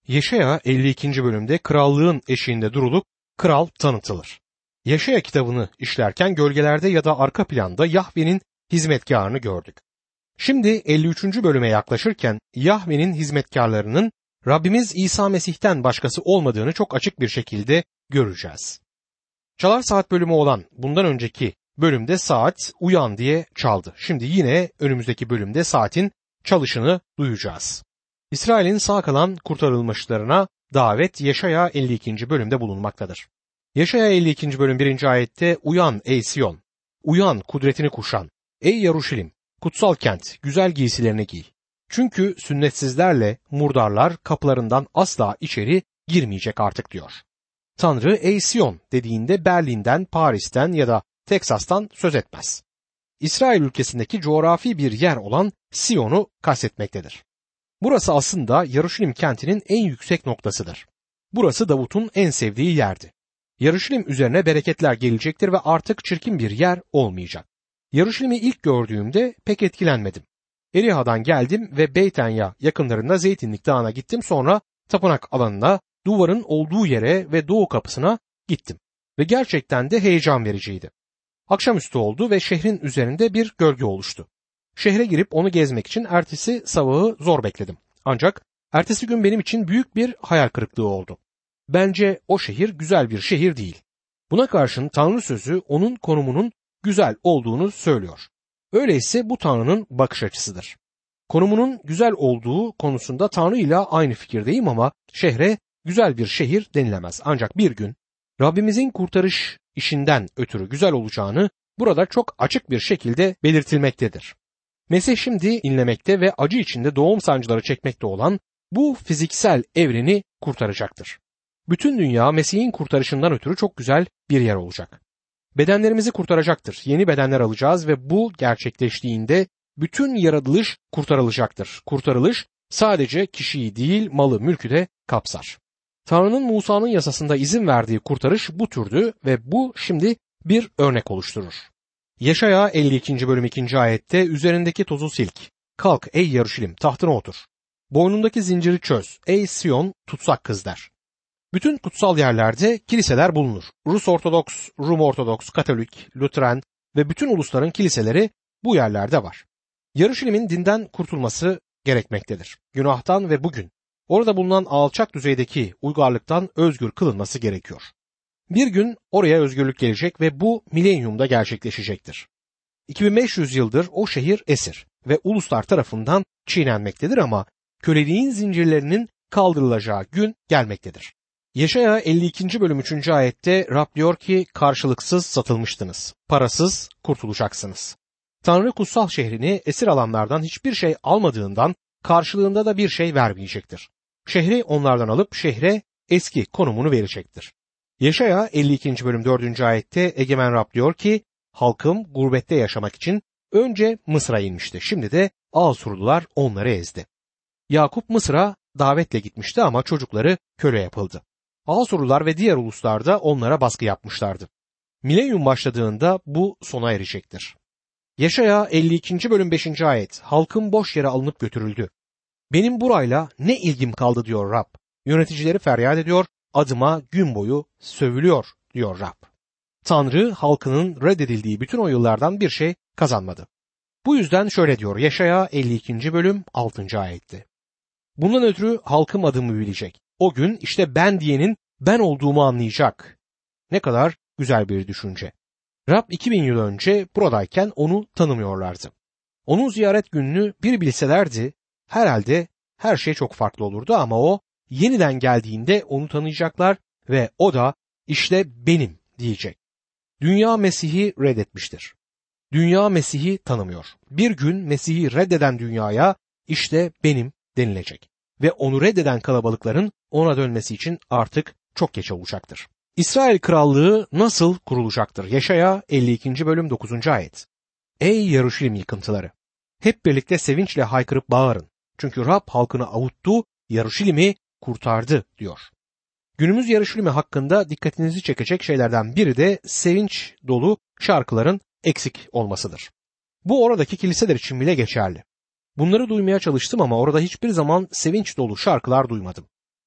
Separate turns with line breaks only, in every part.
Yeşaya 52. bölümde krallığın eşiğinde durulup kral tanıtılır. Yeşaya kitabını işlerken gölgelerde ya da arka planda Yahve'nin hizmetkarını gördük. Şimdi 53. bölüme yaklaşırken Yahve'nin hizmetkarlarının Rabbimiz İsa Mesih'ten başkası olmadığını çok açık bir şekilde göreceğiz. Çalar Saat bölümü olan bundan önceki bölümde saat uyan diye çaldı. Şimdi yine önümüzdeki bölümde saatin çalışını duyacağız. İsrail'in sağ kalan kurtarılmışlarına davet Yeşaya 52. bölümde bulunmaktadır. Yeşaya 52. bölüm 1. ayette uyan ey Siyon, uyan kudretini kuşan, ey Yaruşilim, kutsal kent, güzel giysilerini giy. Çünkü sünnetsizlerle murdarlar kapılarından asla içeri girmeyecek artık diyor. Tanrı ey Siyon dediğinde Berlin'den, Paris'ten ya da Teksas'tan söz etmez. İsrail ülkesindeki coğrafi bir yer olan Siyon'u kastetmektedir. Burası aslında Yaruşilim kentinin en yüksek noktasıdır. Burası Davut'un en sevdiği yerdi. Yaruşilim üzerine bereketler gelecektir ve artık çirkin bir yer olmayacak. Yaruşilim'i ilk gördüğümde pek etkilenmedim. Eriha'dan geldim ve Beytenya yakınlarında Zeytinlik Dağı'na gittim, sonra tapınak alanına, duvarın olduğu yere ve doğu kapısına gittim. Ve gerçekten de heyecan vericiydi. Akşamüstü oldu ve şehrin üzerinde bir gölge oluştu. Şehre girip onu gezmek için ertesi sabahı zor bekledim. Ancak ertesi gün benim için büyük bir hayal kırıklığı oldu. Bence o şehir güzel bir şehir değil. Buna karşın Tanrı sözü onun konumunun güzel olduğunu söylüyor. Öyleyse bu Tanrı'nın bakış açısıdır. Konumunun güzel olduğu konusunda Tanrı ile aynı fikirdeyim ama şehre güzel bir şehir denilemez. Ancak bir gün Rabbimizin kurtarış işinden ötürü güzel olacağını burada çok açık bir şekilde belirtilmektedir. Mesih şimdi inlemekte ve acı içinde doğum sancıları çekmekte olan bu fiziksel evreni kurtaracaktır. Bütün dünya Mesih'in kurtarışından ötürü çok güzel bir yer olacak. Bedenlerimizi kurtaracaktır. Yeni bedenler alacağız ve bu gerçekleştiğinde bütün yaratılış kurtarılacaktır. Kurtarılış sadece kişiyi değil, malı, mülkü de kapsar. Tanrı'nın Musa'nın yasasında izin verdiği kurtarış bu türdü ve bu şimdi bir örnek oluşturur. Yeşaya 52. bölüm 2. ayette üzerindeki tozu silk. Kalk ey Yaruşilim, tahtına otur. Boynundaki zinciri çöz. Ey Siyon, tutsak kız der. Bütün kutsal yerlerde kiliseler bulunur. Rus Ortodoks, Rum Ortodoks, Katolik, Lüteren ve bütün ulusların kiliseleri bu yerlerde var. Yaruşilim'in dinden kurtulması gerekmektedir. Günahtan ve bugün orada bulunan alçak düzeydeki uygarlıktan özgür kılınması gerekiyor. Bir gün oraya özgürlük gelecek ve bu milenyumda gerçekleşecektir. 2500 yıldır o şehir esir ve uluslar tarafından çiğnenmektedir ama köleliğin zincirlerinin kaldırılacağı gün gelmektedir. Yeşaya 52. bölüm 3. ayette Rab diyor ki karşılıksız satılmıştınız, parasız kurtulacaksınız. Tanrı kutsal şehrini esir alanlardan hiçbir şey almadığından karşılığında da bir şey vermeyecektir. Şehri onlardan alıp şehre eski konumunu verecektir. Yeşaya 52. bölüm 4. ayette Egemen Rab diyor ki halkım gurbette yaşamak için önce Mısır'a inmişti. Şimdi de Asurlular onları ezdi. Yakup Mısır'a davetle gitmişti ama çocukları köle yapıldı. Asurlular ve diğer uluslar da onlara baskı yapmışlardı. Milenyum başladığında bu sona erecektir. Yeşaya 52. bölüm 5. ayet halkım boş yere alınıp götürüldü. Benim burayla ne ilgim kaldı diyor Rab. Yöneticileri feryat ediyor, adıma gün boyu sövülüyor diyor Rab. Tanrı halkının reddedildiği bütün o yıllardan bir şey kazanmadı. Bu yüzden şöyle diyor Yeşaya 52. bölüm 6. ayette. Bundan ötürü halkım adımı bilecek. O gün işte ben diyenin ben olduğumu anlayacak. Ne kadar güzel bir düşünce. Rab 2000 yıl önce buradayken onu tanımıyorlardı. Onun ziyaret gününü bir bilselerdi herhalde her şey çok farklı olurdu ama o yeniden geldiğinde onu tanıyacaklar ve o da işte benim diyecek. Dünya Mesih'i reddetmiştir. Dünya Mesih'i tanımıyor. Bir gün Mesih'i reddeden dünyaya işte benim denilecek. Ve onu reddeden kalabalıkların ona dönmesi için artık çok geç olacaktır. İsrail krallığı nasıl kurulacaktır? Yeşaya 52. bölüm 9. ayet. Ey Yaruşilim yıkıntıları! Hep birlikte sevinçle haykırıp bağırın. Çünkü Rab halkını avuttu, Yaruşilim'i kurtardı diyor. Günümüz Yaruşilim'i hakkında dikkatinizi çekecek şeylerden biri de sevinç dolu şarkıların eksik olmasıdır. Bu oradaki kiliseler için bile geçerli. Bunları duymaya çalıştım ama orada hiçbir zaman sevinç dolu şarkılar duymadım.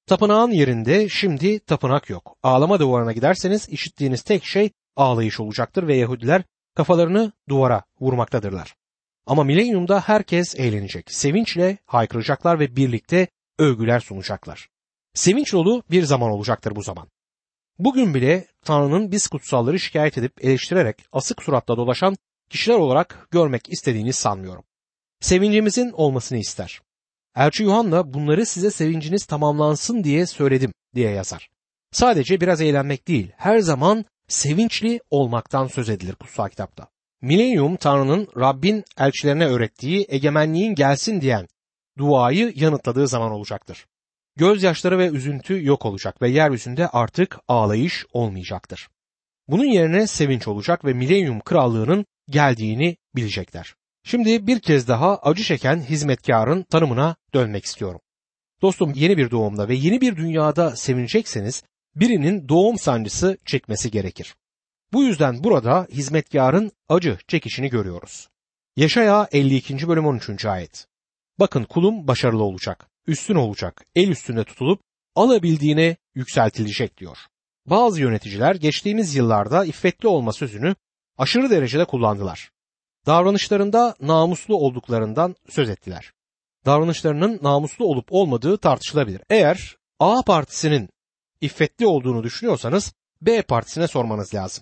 Tapınağın yerinde şimdi tapınak yok. Ağlama duvarına giderseniz işittiğiniz tek şey ağlayış olacaktır ve Yahudiler kafalarını duvara vurmaktadırlar. Ama milenyumda herkes eğlenecek. Sevinçle haykıracaklar ve birlikte övgüler sunacaklar. Sevinç dolu bir zaman olacaktır bu zaman. Bugün bile Tanrı'nın biz kutsalları şikayet edip eleştirerek asık suratla dolaşan kişiler olarak görmek istediğini sanmıyorum. Sevincimizin olmasını ister. Elçi Yuhanna bunları size sevinciniz tamamlansın diye söyledim diye yazar. Sadece biraz eğlenmek değil, her zaman sevinçli olmaktan söz edilir kutsal kitapta. Milenyum Tanrı'nın Rabbin elçilerine öğrettiği egemenliğin gelsin diyen duayı yanıtladığı zaman olacaktır. Gözyaşları ve üzüntü yok olacak ve yeryüzünde artık ağlayış olmayacaktır. Bunun yerine sevinç olacak ve milenyum krallığının geldiğini bilecekler. Şimdi bir kez daha acı çeken hizmetkarın tanımına dönmek istiyorum. Dostum, yeni bir doğumda ve yeni bir dünyada sevinecekseniz birinin doğum sancısı çekmesi gerekir. Bu yüzden burada hizmetkarın acı çekişini görüyoruz. Yeşaya 52. bölüm 13. ayet. Bakın kulum başarılı olacak, üstün olacak, el üstünde tutulup alabildiğine yükseltilecek diyor. Bazı yöneticiler geçtiğimiz yıllarda iffetli olma sözünü aşırı derecede kullandılar. Davranışlarında namuslu olduklarından söz ettiler. Davranışlarının namuslu olup olmadığı tartışılabilir. Eğer A partisinin iffetli olduğunu düşünüyorsanız B partisine sormanız lazım.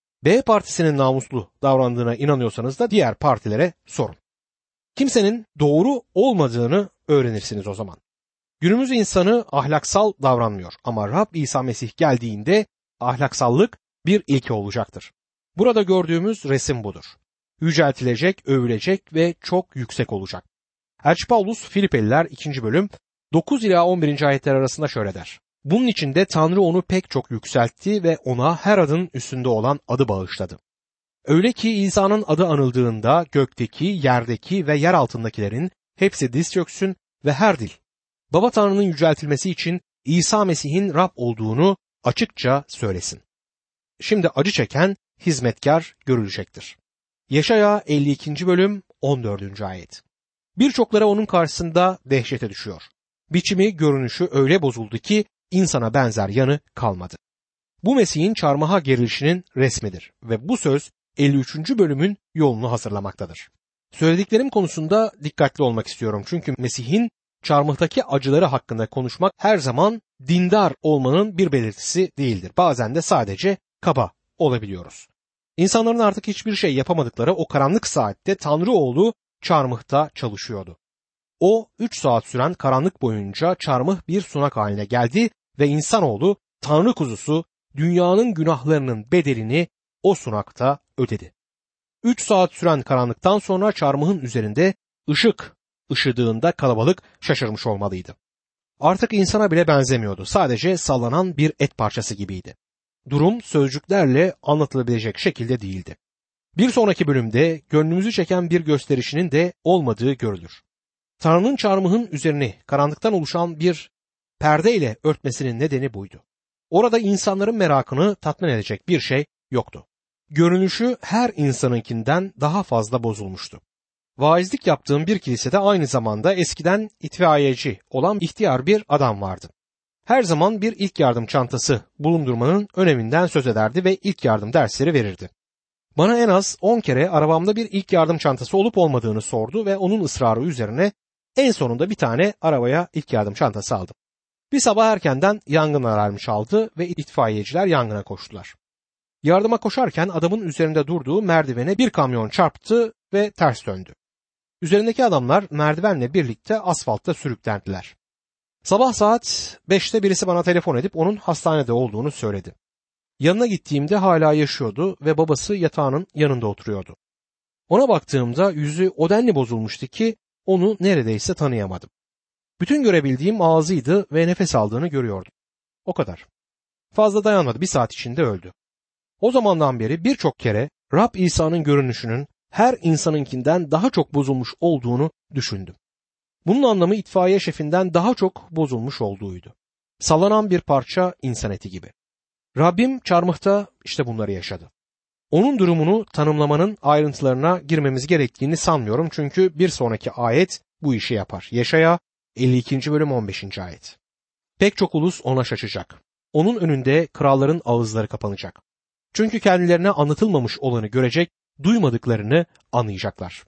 B partisinin namuslu davrandığına inanıyorsanız da diğer partilere sorun. Kimsenin doğru olmadığını öğrenirsiniz o zaman. Günümüz insanı ahlaksal davranmıyor ama Rab İsa Mesih geldiğinde ahlaksallık bir ilke olacaktır. Burada gördüğümüz resim budur. Yüceltilecek, övülecek ve çok yüksek olacak. Elçi Paulus Filipeliler 2. bölüm 9 ila 11. ayetler arasında şöyle der. Bunun için de Tanrı onu pek çok yükseltti ve ona her adın üstünde olan adı bağışladı. Öyle ki İsa'nın adı anıldığında gökteki, yerdeki ve yer altındakilerin hepsi diz çöksün ve her dil Baba Tanrı'nın yüceltilmesi için İsa Mesih'in Rab olduğunu açıkça söylesin. Şimdi acı çeken hizmetkar görülecektir. Yeşaya 52. bölüm 14. ayet. Birçoklara onun karşısında dehşete düşüyor. Biçimi, görünüşü öyle bozuldu ki insana benzer yanı kalmadı. Bu Mesih'in çarmıha gerilişinin resmidir ve bu söz 53. bölümün yolunu hazırlamaktadır. Söylediklerim konusunda dikkatli olmak istiyorum çünkü Mesih'in çarmıhtaki acıları hakkında konuşmak her zaman dindar olmanın bir belirtisi değildir. Bazen de sadece kaba olabiliyoruz. İnsanların artık hiçbir şey yapamadıkları o karanlık saatte Tanrı oğlu çarmıhta çalışıyordu. O 3 saat süren karanlık boyunca çarmıh bir sunak haline geldi ve insanoğlu Tanrı kuzusu dünyanın günahlarının bedelini o sunakta ödedi. 3 saat süren karanlıktan sonra çarmıhın üzerinde ışık ışıdığında kalabalık şaşırmış olmalıydı. Artık insana bile benzemiyordu. Sadece sallanan bir et parçası gibiydi. Durum sözcüklerle anlatılabilecek şekilde değildi. Bir sonraki bölümde gönlümüzü çeken bir gösterişinin de olmadığı görülür. Tanrı'nın çarmıhın üzerini karanlıktan oluşan bir perdeyle örtmesinin nedeni buydu. Orada insanların merakını tatmin edecek bir şey yoktu. Görünüşü her insanınkinden daha fazla bozulmuştu. Vaizlik yaptığım bir kilisede aynı zamanda eskiden itfaiyeci olan ihtiyar bir adam vardı. Her zaman bir ilk yardım çantası bulundurmanın öneminden söz ederdi ve ilk yardım dersleri verirdi. Bana en az 10 kere arabamda bir ilk yardım çantası olup olmadığını sordu ve onun ısrarı üzerine en sonunda bir tane arabaya ilk yardım çantası aldım. Bir sabah erkenden yangın alarmı çaldı ve itfaiyeciler yangına koştular. Yardıma koşarken adamın üzerinde durduğu merdivene bir kamyon çarptı ve ters döndü. Üzerindeki adamlar merdivenle birlikte asfaltta sürüklendiler. Sabah saat 5'te birisi bana telefon edip onun hastanede olduğunu söyledi. Yanına gittiğimde hala yaşıyordu ve babası yatağının yanında oturuyordu. Ona baktığımda yüzü o denli bozulmuştu ki onu neredeyse tanıyamadım. Bütün görebildiğim ağzıydı ve nefes aldığını görüyordum. O kadar. Fazla dayanmadı, bir saat içinde öldü. O zamandan beri birçok kere Rab İsa'nın görünüşünün her insanınkinden daha çok bozulmuş olduğunu düşündüm. Bunun anlamı itfaiye şefinden daha çok bozulmuş olduğuydu. Sallanan bir parça insan eti gibi. Rabbim çarmıhta işte bunları yaşadı. Onun durumunu tanımlamanın ayrıntılarına girmemiz gerektiğini sanmıyorum çünkü bir sonraki ayet bu işi yapar. Yeşaya 52. bölüm 15. ayet. Pek çok ulus ona şaşacak. Onun önünde kralların ağızları kapanacak. Çünkü kendilerine anlatılmamış olanı görecek, duymadıklarını anlayacaklar.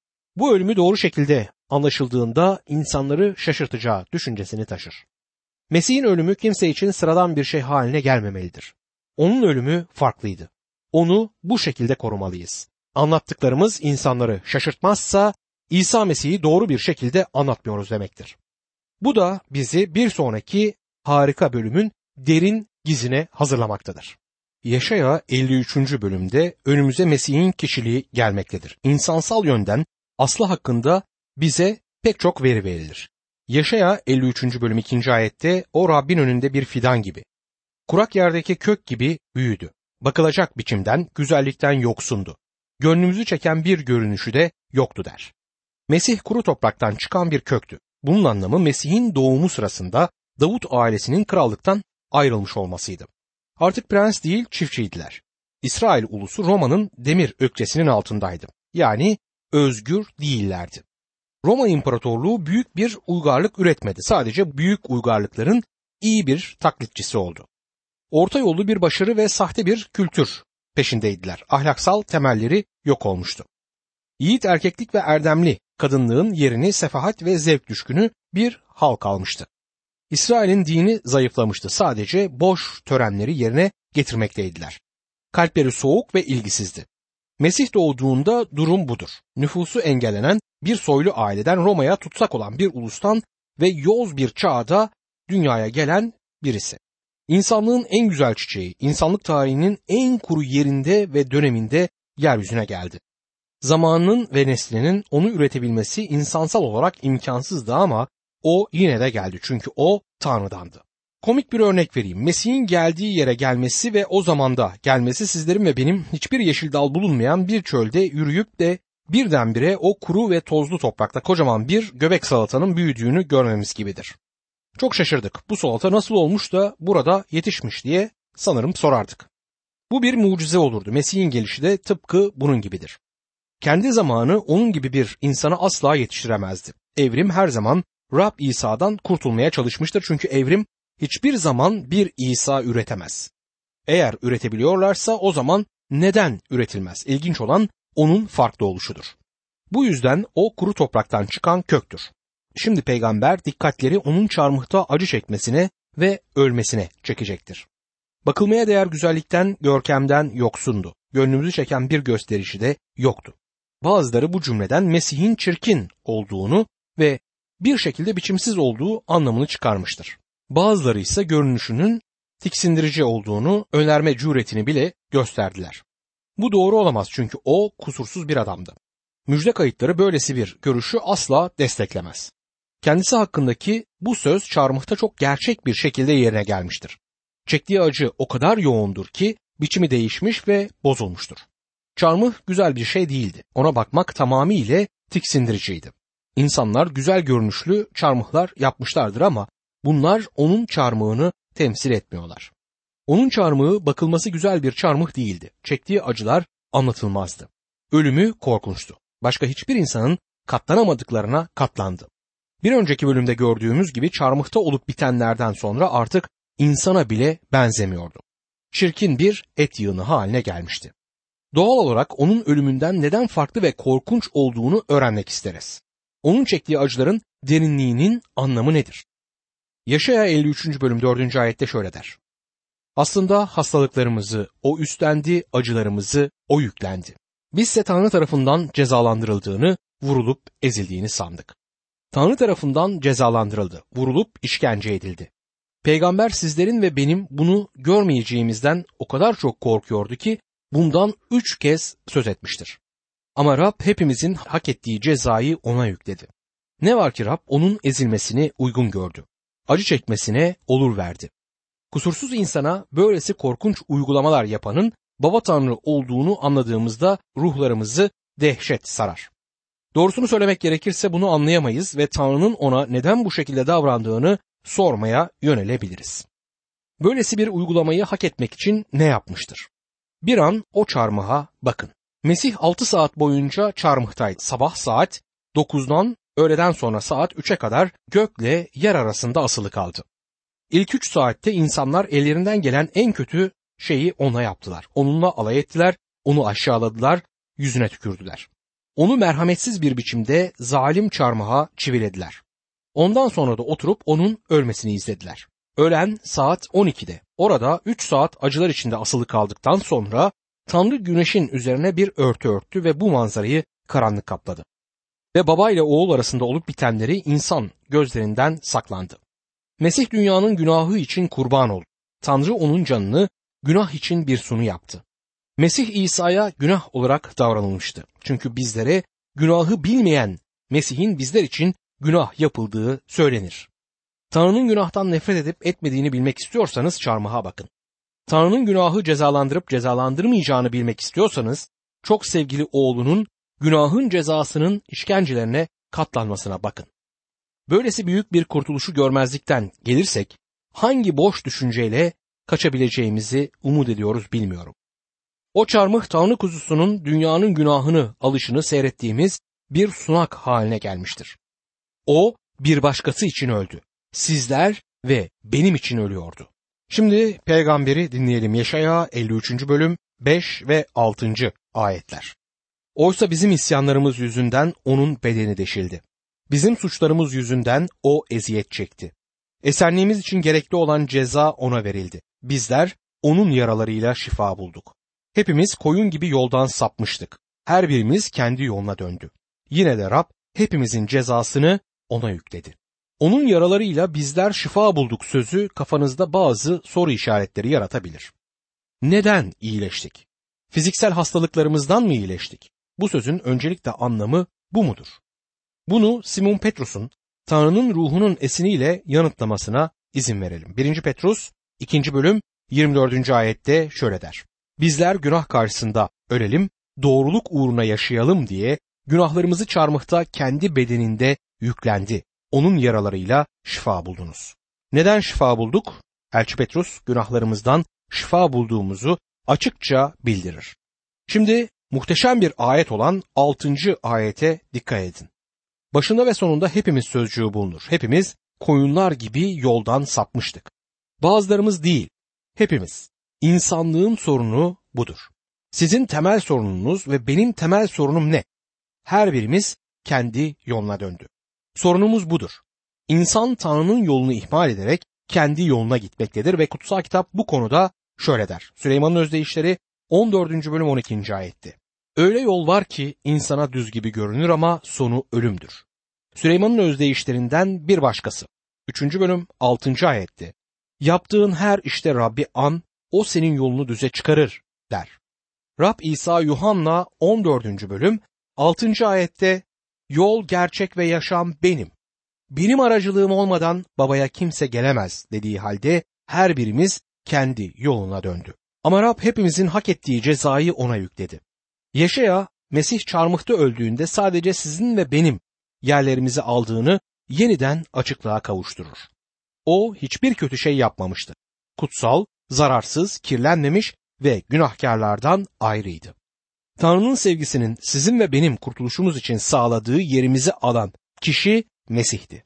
Bu ölümü doğru şekilde anlaşıldığında insanları şaşırtacağı düşüncesini taşır. Mesih'in ölümü kimse için sıradan bir şey haline gelmemelidir. Onun ölümü farklıydı. Onu bu şekilde korumalıyız. Anlattıklarımız insanları şaşırtmazsa İsa Mesih'i doğru bir şekilde anlatmıyoruz demektir. Bu da bizi bir sonraki harika bölümün derin gizine hazırlamaktadır. Yeşaya 53. bölümde önümüze Mesih'in kişiliği gelmektedir. İnsansal yönden aslı hakkında bize pek çok veri verilir. Yeşaya 53. bölüm 2. ayette o Rabbin önünde bir fidan gibi, kurak yerdeki kök gibi büyüdü. Bakılacak biçimden, güzellikten yoksundu. Gönlümüzü çeken bir görünüşü de yoktu der. Mesih kuru topraktan çıkan bir köktü. Bunun anlamı Mesih'in doğumu sırasında Davut ailesinin krallıktan ayrılmış olmasıydı. Artık prens değil, çiftçiydiler. İsrail ulusu Roma'nın demir ökçesinin altındaydı. Yani özgür değillerdi. Roma İmparatorluğu büyük bir uygarlık üretmedi. Sadece büyük uygarlıkların iyi bir taklitçisi oldu. Orta yollu bir başarı ve sahte bir kültür peşindeydiler. Ahlaksal temelleri yok olmuştu. Yiğit erkeklik ve erdemli kadınlığın yerini sefahat ve zevk düşkünü bir halk almıştı. İsrail'in dini zayıflamıştı. Sadece boş törenleri yerine getirmekteydiler. Kalpleri soğuk ve ilgisizdi. Mesih doğduğunda durum budur. Nüfusu engellenen bir soylu aileden Roma'ya tutsak olan bir ulustan ve yoz bir çağda dünyaya gelen birisi. İnsanlığın en güzel çiçeği, insanlık tarihinin en kuru yerinde ve döneminde yeryüzüne geldi. Zamanının ve neslinin onu üretebilmesi insansal olarak imkansızdı ama o yine de geldi çünkü o Tanrı'dandı. Komik bir örnek vereyim. Mesih'in geldiği yere gelmesi ve o zamanda gelmesi sizlerin ve benim hiçbir yeşil dal bulunmayan bir çölde yürüyüp de birdenbire o kuru ve tozlu toprakta kocaman bir göbek salatanın büyüdüğünü görmemiz gibidir. Çok şaşırdık. Bu salata nasıl olmuş da burada yetişmiş diye sanırım sorardık. Bu bir mucize olurdu. Mesih'in gelişi de tıpkı bunun gibidir. Kendi zamanı onun gibi bir insana asla yetiştiremezdi. Evrim her zaman Rab İsa'dan kurtulmaya çalışmıştır çünkü evrim hiçbir zaman bir İsa üretemez. Eğer üretebiliyorlarsa o zaman neden üretilmez? İlginç olan onun farklı oluşudur. Bu yüzden o kuru topraktan çıkan köktür. Şimdi peygamber dikkatleri onun çarmıhta acı çekmesine ve ölmesine çekecektir. Bakılmaya değer güzellikten, görkemden yoksundu. Gönlümüzü çeken bir gösterişi de yoktu. Bazıları bu cümleden Mesih'in çirkin olduğunu ve bir şekilde biçimsiz olduğu anlamını çıkarmıştır. Bazıları ise görünüşünün tiksindirici olduğunu önerme cüretini bile gösterdiler. Bu doğru olamaz çünkü o kusursuz bir adamdı. Müjde kayıtları böylesi bir görüşü asla desteklemez. Kendisi hakkındaki bu söz çarmıhta çok gerçek bir şekilde yerine gelmiştir. Çektiği acı o kadar yoğundur ki biçimi değişmiş ve bozulmuştur. Çarmıh güzel bir şey değildi. Ona bakmak tamamıyla tiksindiriciydi. İnsanlar güzel görünüşlü çarmıhlar yapmışlardır ama bunlar onun çarmıhını temsil etmiyorlar. Onun çarmıhı bakılması güzel bir çarmıh değildi. Çektiği acılar anlatılmazdı. Ölümü korkunçtu. Başka hiçbir insanın katlanamadıklarına katlandı. Bir önceki bölümde gördüğümüz gibi çarmıhta olup bitenlerden sonra artık insana bile benzemiyordu. Çirkin bir et yığını haline gelmişti. Doğal olarak onun ölümünden neden farklı ve korkunç olduğunu öğrenmek isteriz. Onun çektiği acıların derinliğinin anlamı nedir? Yeşaya 53. bölüm 4. ayette şöyle der. Aslında hastalıklarımızı o üstlendi, acılarımızı o yüklendi. Bizse Tanrı tarafından cezalandırıldığını, vurulup ezildiğini sandık. Tanrı tarafından cezalandırıldı, vurulup işkence edildi. Peygamber sizlerin ve benim bunu görmeyeceğimizden o kadar çok korkuyordu ki bundan 3 kez söz etmiştir. Ama Rab hepimizin hak ettiği cezayı ona yükledi. Ne var ki Rab onun ezilmesini uygun gördü. Acı çekmesine olur verdi. Kusursuz insana böylesi korkunç uygulamalar yapanın Baba Tanrı olduğunu anladığımızda ruhlarımızı dehşet sarar. Doğrusunu söylemek gerekirse bunu anlayamayız ve Tanrı'nın ona neden bu şekilde davrandığını sormaya yönelebiliriz. Böylesi bir uygulamayı hak etmek için ne yapmıştır? Bir an o çarmıha bakın. Mesih 6 saat boyunca çarmıhtaydı. Sabah saat 9'dan öğleden sonra saat 3'e kadar gökle yer arasında asılı kaldı. İlk 3 saatte insanlar ellerinden gelen en kötü şeyi ona yaptılar. Onunla alay ettiler, onu aşağıladılar, yüzüne tükürdüler. Onu merhametsiz bir biçimde zalim çarmıha çivilediler. Ondan sonra da oturup onun ölmesini izlediler. Öğlen saat 12'de. Orada 3 saat acılar içinde asılı kaldıktan sonra Tanrı güneşin üzerine bir örtü örttü ve bu manzarayı karanlık kapladı. Ve baba ile oğul arasında olup bitenleri insan gözlerinden saklandı. Mesih dünyanın günahı için kurban oldu. Tanrı onun canını günah için bir sunu yaptı. Mesih İsa'ya günah olarak davranılmıştı. Çünkü bizlere günahı bilmeyen Mesih'in bizler için günah yapıldığı söylenir. Tanrı'nın günahtan nefret edip etmediğini bilmek istiyorsanız çarmıha bakın. Tanrı'nın günahı cezalandırıp cezalandırmayacağını bilmek istiyorsanız çok sevgili oğlunun günahın cezasının işkencelerine katlanmasına bakın. Böylesi büyük bir kurtuluşu görmezlikten gelirsek hangi boş düşünceyle kaçabileceğimizi umut ediyoruz bilmiyorum. O çarmıh Tanrı kuzusunun dünyanın günahını alışını seyrettiğimiz bir sunak haline gelmiştir. O bir başkası için öldü. Sizler ve benim için ölüyordu. Şimdi peygamberi dinleyelim. Yeşaya 53. bölüm 5 ve 6. ayetler. Oysa bizim isyanlarımız yüzünden onun bedeni deşildi. Bizim suçlarımız yüzünden o eziyet çekti. Esenliğimiz için gerekli olan ceza ona verildi. Bizler onun yaralarıyla şifa bulduk. Hepimiz koyun gibi yoldan sapmıştık. Her birimiz kendi yoluna döndü. Yine de Rab hepimizin cezasını ona yükledi. Onun yaralarıyla bizler şifa bulduk sözü kafanızda bazı soru işaretleri yaratabilir. Neden iyileştik? Fiziksel hastalıklarımızdan mı iyileştik? Bu sözün öncelikle anlamı bu mudur? Bunu Simon Petrus'un Tanrı'nın ruhunun esiniyle yanıtlamasına izin verelim. 1. Petrus 2. bölüm 24. ayette şöyle der. Bizler günah karşısında ölelim, doğruluk uğruna yaşayalım diye günahlarımızı çarmıhta kendi bedeninde yüklendi. Onun yaralarıyla şifa buldunuz. Neden şifa bulduk? Elçi Petrus günahlarımızdan şifa bulduğumuzu açıkça bildirir. Şimdi muhteşem bir ayet olan 6. ayete dikkat edin. Başında ve sonunda hepimiz sözcüğü bulunur. Hepimiz koyunlar gibi yoldan sapmıştık. Bazılarımız değil, hepimiz. İnsanlığın sorunu budur. Sizin temel sorununuz ve benim temel sorunum ne? Her birimiz kendi yoluna döndü. Sorunumuz budur. İnsan Tanrı'nın yolunu ihmal ederek kendi yoluna gitmektedir ve kutsal kitap bu konuda şöyle der. Süleyman'ın Özdeyişleri 14. bölüm 12. ayetti. Öyle yol var ki insana düz gibi görünür ama sonu ölümdür. Süleyman'ın Özdeyişlerinden bir başkası. 3. bölüm 6. ayetti. Yaptığın her işte Rabbi an, o senin yolunu düze çıkarır der. Rab İsa Yuhanna 14. bölüm 6. ayette yol, gerçek ve yaşam benim. Benim aracılığım olmadan babaya kimse gelemez dediği halde her birimiz kendi yoluna döndü. Ama Rab hepimizin hak ettiği cezayı ona yükledi. Yeşaya Mesih çarmıhta öldüğünde sadece sizin ve benim yerlerimizi aldığını yeniden açıklığa kavuşturur. O hiçbir kötü şey yapmamıştı. Kutsal, zararsız, kirlenmemiş ve günahkarlardan ayrıydı. Tanrı'nın sevgisinin sizin ve benim kurtuluşumuz için sağladığı yerimizi alan kişi Mesih'ti.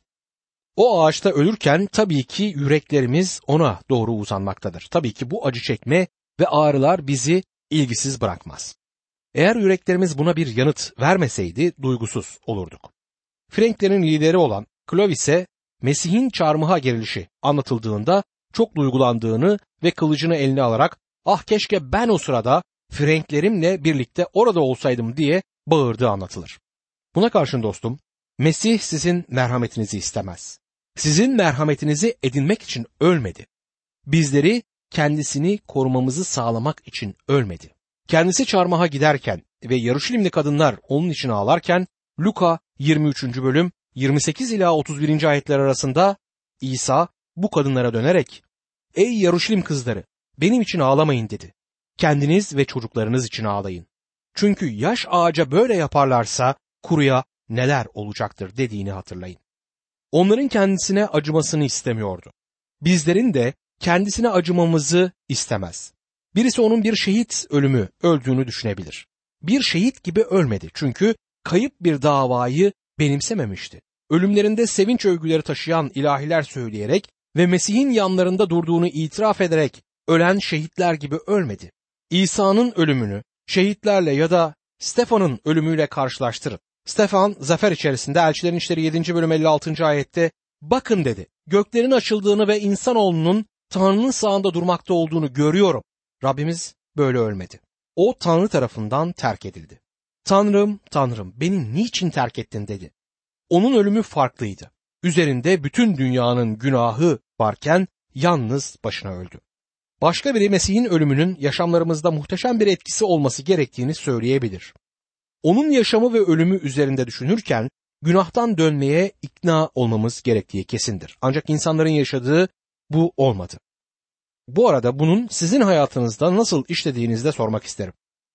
O ağaçta ölürken tabii ki yüreklerimiz ona doğru uzanmaktadır. Tabii ki bu acı çekme ve ağrılar bizi ilgisiz bırakmaz. Eğer yüreklerimiz buna bir yanıt vermeseydi duygusuz olurduk. Frenklerin lideri olan Clovis'e Mesih'in çarmıha gerilişi anlatıldığında çok duygulandığını ve kılıcını eline alarak "Ah keşke ben o sırada Frenklerimle birlikte orada olsaydım" diye bağırdığı anlatılır. Buna karşın dostum, Mesih sizin merhametinizi istemez. Sizin merhametinizi edinmek için ölmedi. Bizleri kendisini korumamızı sağlamak için ölmedi. Kendisi çarmıha giderken ve Yaruşilimli kadınlar onun için ağlarken Luka 23. bölüm 28 ila 31. ayetler arasında İsa bu kadınlara dönerek "Ey Yaruşilim kızları, benim için ağlamayın" dedi. "Kendiniz ve çocuklarınız için ağlayın. Çünkü yaş ağaca böyle yaparlarsa kuruya neler olacaktır" dediğini hatırlayın. Onların kendisine acımasını istemiyordu. Bizlerin de kendisine acımamızı istemez. Birisi onun bir şehit ölümü öldüğünü düşünebilir. Bir şehit gibi ölmedi çünkü kayıp bir davayı benimsememişti. Ölümlerinde sevinç övgüleri taşıyan ilahiler söyleyerek ve Mesih'in yanlarında durduğunu itiraf ederek ölen şehitler gibi ölmedi. İsa'nın ölümünü şehitlerle ya da Stefan'ın ölümüyle karşılaştırın. Stefan zafer içerisinde Elçilerin İşleri 7. bölüm 56. ayette bakın dedi, göklerin açıldığını ve insanoğlunun Tanrı'nın sağında durmakta olduğunu görüyorum. Rabbimiz böyle ölmedi. O Tanrı tarafından terk edildi. Tanrım, Tanrım beni niçin terk ettin dedi. Onun ölümü farklıydı. Üzerinde bütün dünyanın günahı varken yalnız başına öldü. Başka biri Mesih'in ölümünün yaşamlarımızda muhteşem bir etkisi olması gerektiğini söyleyebilir. Onun yaşamı ve ölümü üzerinde düşünürken günahtan dönmeye ikna olmamız gerektiği kesindir. Ancak insanların yaşadığı bu olmadı. Bu arada bunun sizin hayatınızda nasıl işlediğinizi de sormak isterim.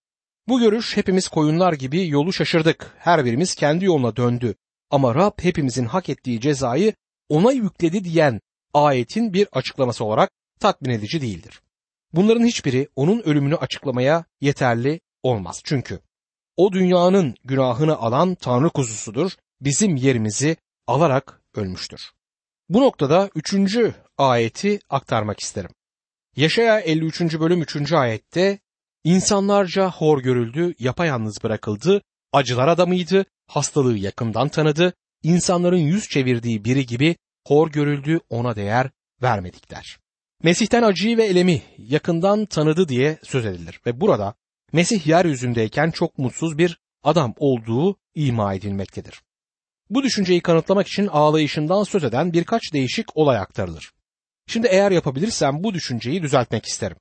Bu görüş hepimiz koyunlar gibi yolu şaşırdık. Her birimiz kendi yoluna döndü. Ama Rab hepimizin hak ettiği cezayı ona yükledi diyen ayetin bir açıklaması olarak tatmin edici değildir. Bunların hiçbiri onun ölümünü açıklamaya yeterli olmaz. Çünkü o dünyanın günahını alan Tanrı kuzusudur, bizim yerimizi alarak ölmüştür. Bu noktada 3. ayeti aktarmak isterim. Yaşaya 53. bölüm 3. ayette insanlarca hor görüldü, yapayalnız bırakıldı, acılar adamıydı, hastalığı yakından tanıdı, insanların yüz çevirdiği biri gibi hor görüldü, ona değer vermedik der. Mesih'ten acıyı ve elemi yakından tanıdı diye söz edilir ve burada Mesih yeryüzündeyken çok mutsuz bir adam olduğu ima edilmektedir. Bu düşünceyi kanıtlamak için ağlayışından söz eden birkaç değişik olay aktarılır. Şimdi eğer yapabilirsem bu düşünceyi düzeltmek isterim.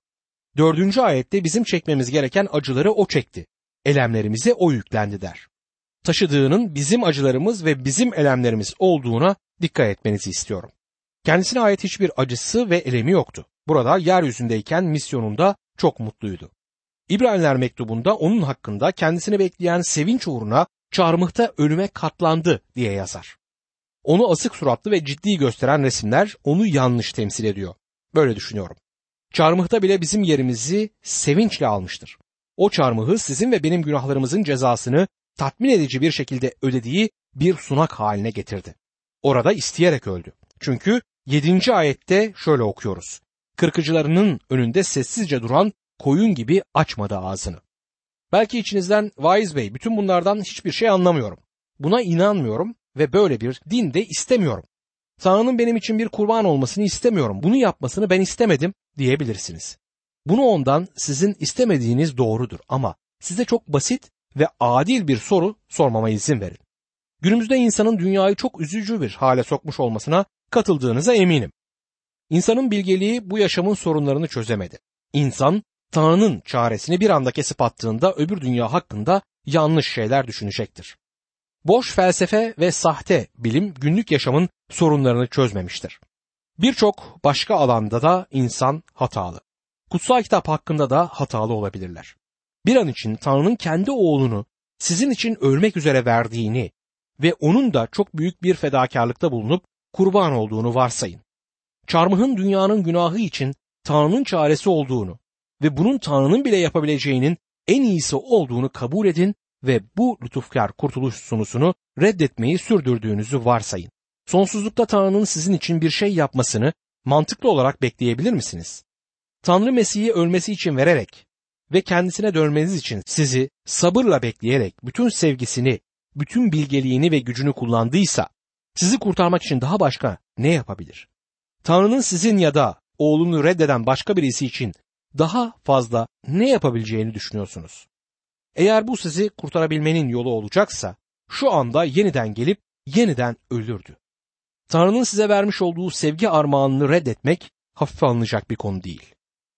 4. ayette bizim çekmemiz gereken acıları o çekti, elemlerimize o yüklendi der. Taşıdığının bizim acılarımız ve bizim elemlerimiz olduğuna dikkat etmenizi istiyorum. Kendisine ait hiçbir acısı ve elemi yoktu. Burada yeryüzündeyken misyonunda çok mutluydu. İbraniler mektubunda onun hakkında kendisini bekleyen sevinç uğruna çarmıhta ölüme katlandı diye yazar. Onu asık suratlı ve ciddi gösteren resimler onu yanlış temsil ediyor. Böyle düşünüyorum. Çarmıhta bile bizim yerimizi sevinçle almıştır. O çarmıhı sizin ve benim günahlarımızın cezasını tatmin edici bir şekilde ödediği bir sunak haline getirdi. Orada isteyerek öldü. Çünkü 7. ayette şöyle okuyoruz. Kırkıcılarının önünde sessizce duran koyun gibi açmadı ağzını. Belki içinizden vaiz bey bütün bunlardan hiçbir şey anlamıyorum. Buna inanmıyorum ve böyle bir din de istemiyorum. Tanrı'nın benim için bir kurban olmasını istemiyorum. Bunu yapmasını ben istemedim diyebilirsiniz. Bunu ondan sizin istemediğiniz doğrudur ama size çok basit ve adil bir soru sormama izin verin. Günümüzde insanın dünyayı çok üzücü bir hale sokmuş olmasına katıldığınıza eminim. İnsanın bilgeliği bu yaşamın sorunlarını çözemedi. İnsan Tanrı'nın çaresini bir anda kesip attığında öbür dünya hakkında yanlış şeyler düşünecektir. Boş felsefe ve sahte bilim günlük yaşamın sorunlarını çözmemiştir. Birçok başka alanda da insan hatalı. Kutsal kitap hakkında da hatalı olabilirler. Bir an için Tanrı'nın kendi oğlunu sizin için ölmek üzere verdiğini ve onun da çok büyük bir fedakarlıkta bulunup kurban olduğunu varsayın. Çarmıhın dünyanın günahı için Tanrı'nın çaresi olduğunu ve bunun Tanrı'nın bile yapabileceğinin en iyisi olduğunu kabul edin ve bu lütufkar kurtuluş sunusunu reddetmeyi sürdürdüğünüzü varsayın. Sonsuzlukta Tanrı'nın sizin için bir şey yapmasını mantıklı olarak bekleyebilir misiniz? Tanrı Mesih'i ölmesi için vererek ve kendisine dönmeniz için sizi sabırla bekleyerek bütün sevgisini, bütün bilgeliğini ve gücünü kullandıysa sizi kurtarmak için daha başka ne yapabilir? Tanrı'nın sizin ya da oğlunu reddeden başka birisi için daha fazla ne yapabileceğini düşünüyorsunuz? Eğer bu sizi kurtarabilmenin yolu olacaksa şu anda yeniden gelip yeniden ölürdü. Tanrı'nın size vermiş olduğu sevgi armağanını reddetmek hafife alınacak bir konu değil.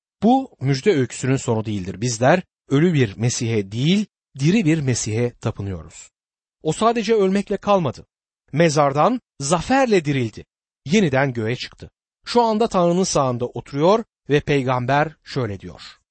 Bu müjde öyküsünün sonu değildir. Bizler ölü bir Mesih'e değil, diri bir Mesih'e tapınıyoruz. O sadece ölmekle kalmadı. Mezardan zaferle dirildi. Yeniden göğe çıktı. Şu anda Tanrı'nın sağında oturuyor ve peygamber şöyle diyor.